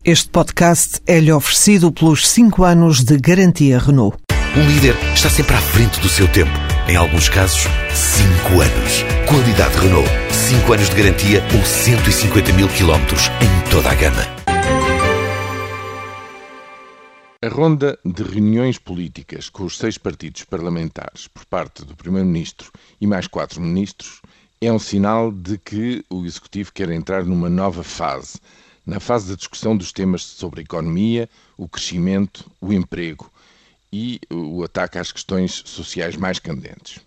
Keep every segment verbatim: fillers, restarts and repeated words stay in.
Este podcast é-lhe oferecido pelos cinco anos de garantia Renault. Um líder está sempre à frente do seu tempo. Em alguns casos, cinco anos. Qualidade Renault. cinco anos de garantia ou cento e cinquenta mil quilómetros em toda a gama. A ronda de reuniões políticas com os seis partidos parlamentares por parte do Primeiro-Ministro e mais quatro ministros é um sinal de que o Executivo quer entrar numa nova fase, na fase da discussão dos temas sobre a economia, o crescimento, o emprego e o ataque às questões sociais mais candentes.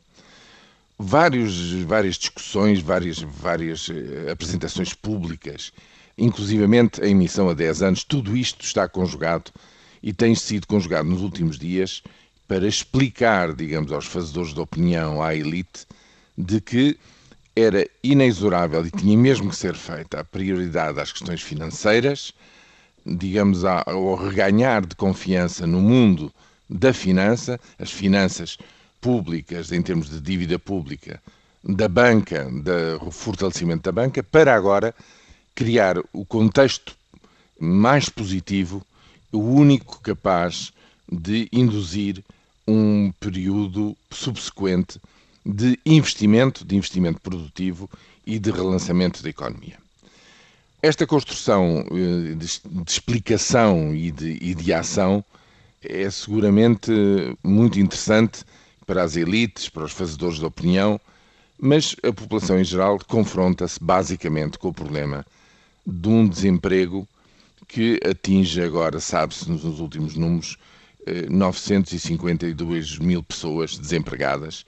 Vários, várias discussões, várias, várias apresentações públicas, inclusivamente a emissão a dez anos, tudo isto está conjugado e tem sido conjugado nos últimos dias para explicar, digamos, aos fazedores de opinião, à elite, de que era inexorável e tinha mesmo que ser feita a prioridade às questões financeiras, digamos, ao reganhar de confiança no mundo da finança, as finanças públicas em termos de dívida pública, da banca, do fortalecimento da banca, para agora criar o contexto mais positivo, o único capaz de induzir um período subsequente de investimento, de investimento produtivo e de relançamento da economia. Esta construção de, de explicação e de, e de ação é seguramente muito interessante para as elites, para os fazedores de opinião, mas a população em geral confronta-se basicamente com o problema de um desemprego que atinge agora, sabe-se nos últimos números, novecentos e cinquenta e duas mil pessoas desempregadas.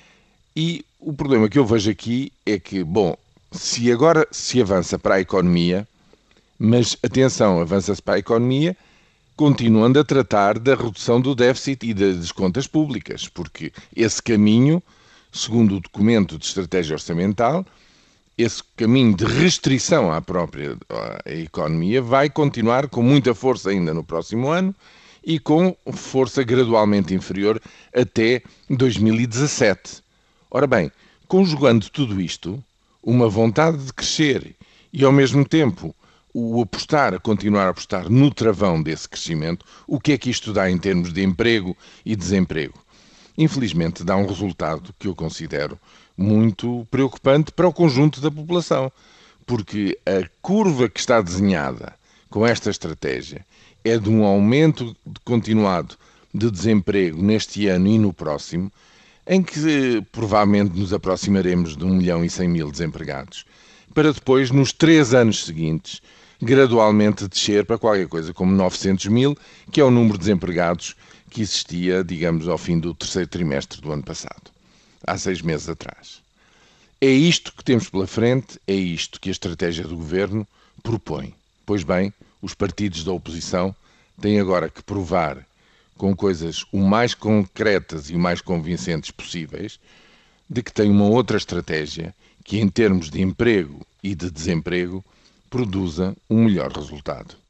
E o problema que eu vejo aqui é que, bom, se agora se avança para a economia, mas atenção, avança-se para a economia continuando a tratar da redução do déficit e das contas públicas, porque esse caminho, segundo o documento de estratégia orçamental, esse caminho de restrição à própria à economia vai continuar com muita força ainda no próximo ano e com força gradualmente inferior até dois mil e dezassete. Ora bem, conjugando tudo isto, uma vontade de crescer e ao mesmo tempo o apostar, a continuar a apostar no travão desse crescimento, o que é que isto dá em termos de emprego e desemprego? Infelizmente dá um resultado que eu considero muito preocupante para o conjunto da população, porque a curva que está desenhada com esta estratégia é de um aumento continuado de desemprego neste ano e no próximo, em que provavelmente nos aproximaremos de um milhão e cem mil desempregados, para depois, nos três anos seguintes, gradualmente descer para qualquer coisa como novecentos mil, que é o número de desempregados que existia, digamos, ao fim do terceiro trimestre do ano passado, há seis meses atrás. É isto que temos pela frente, é isto que a estratégia do governo propõe. Pois bem, os partidos da oposição têm agora que provar com coisas o mais concretas e o mais convincentes possíveis, de que tem uma outra estratégia que, em termos de emprego e de desemprego, produza um melhor resultado.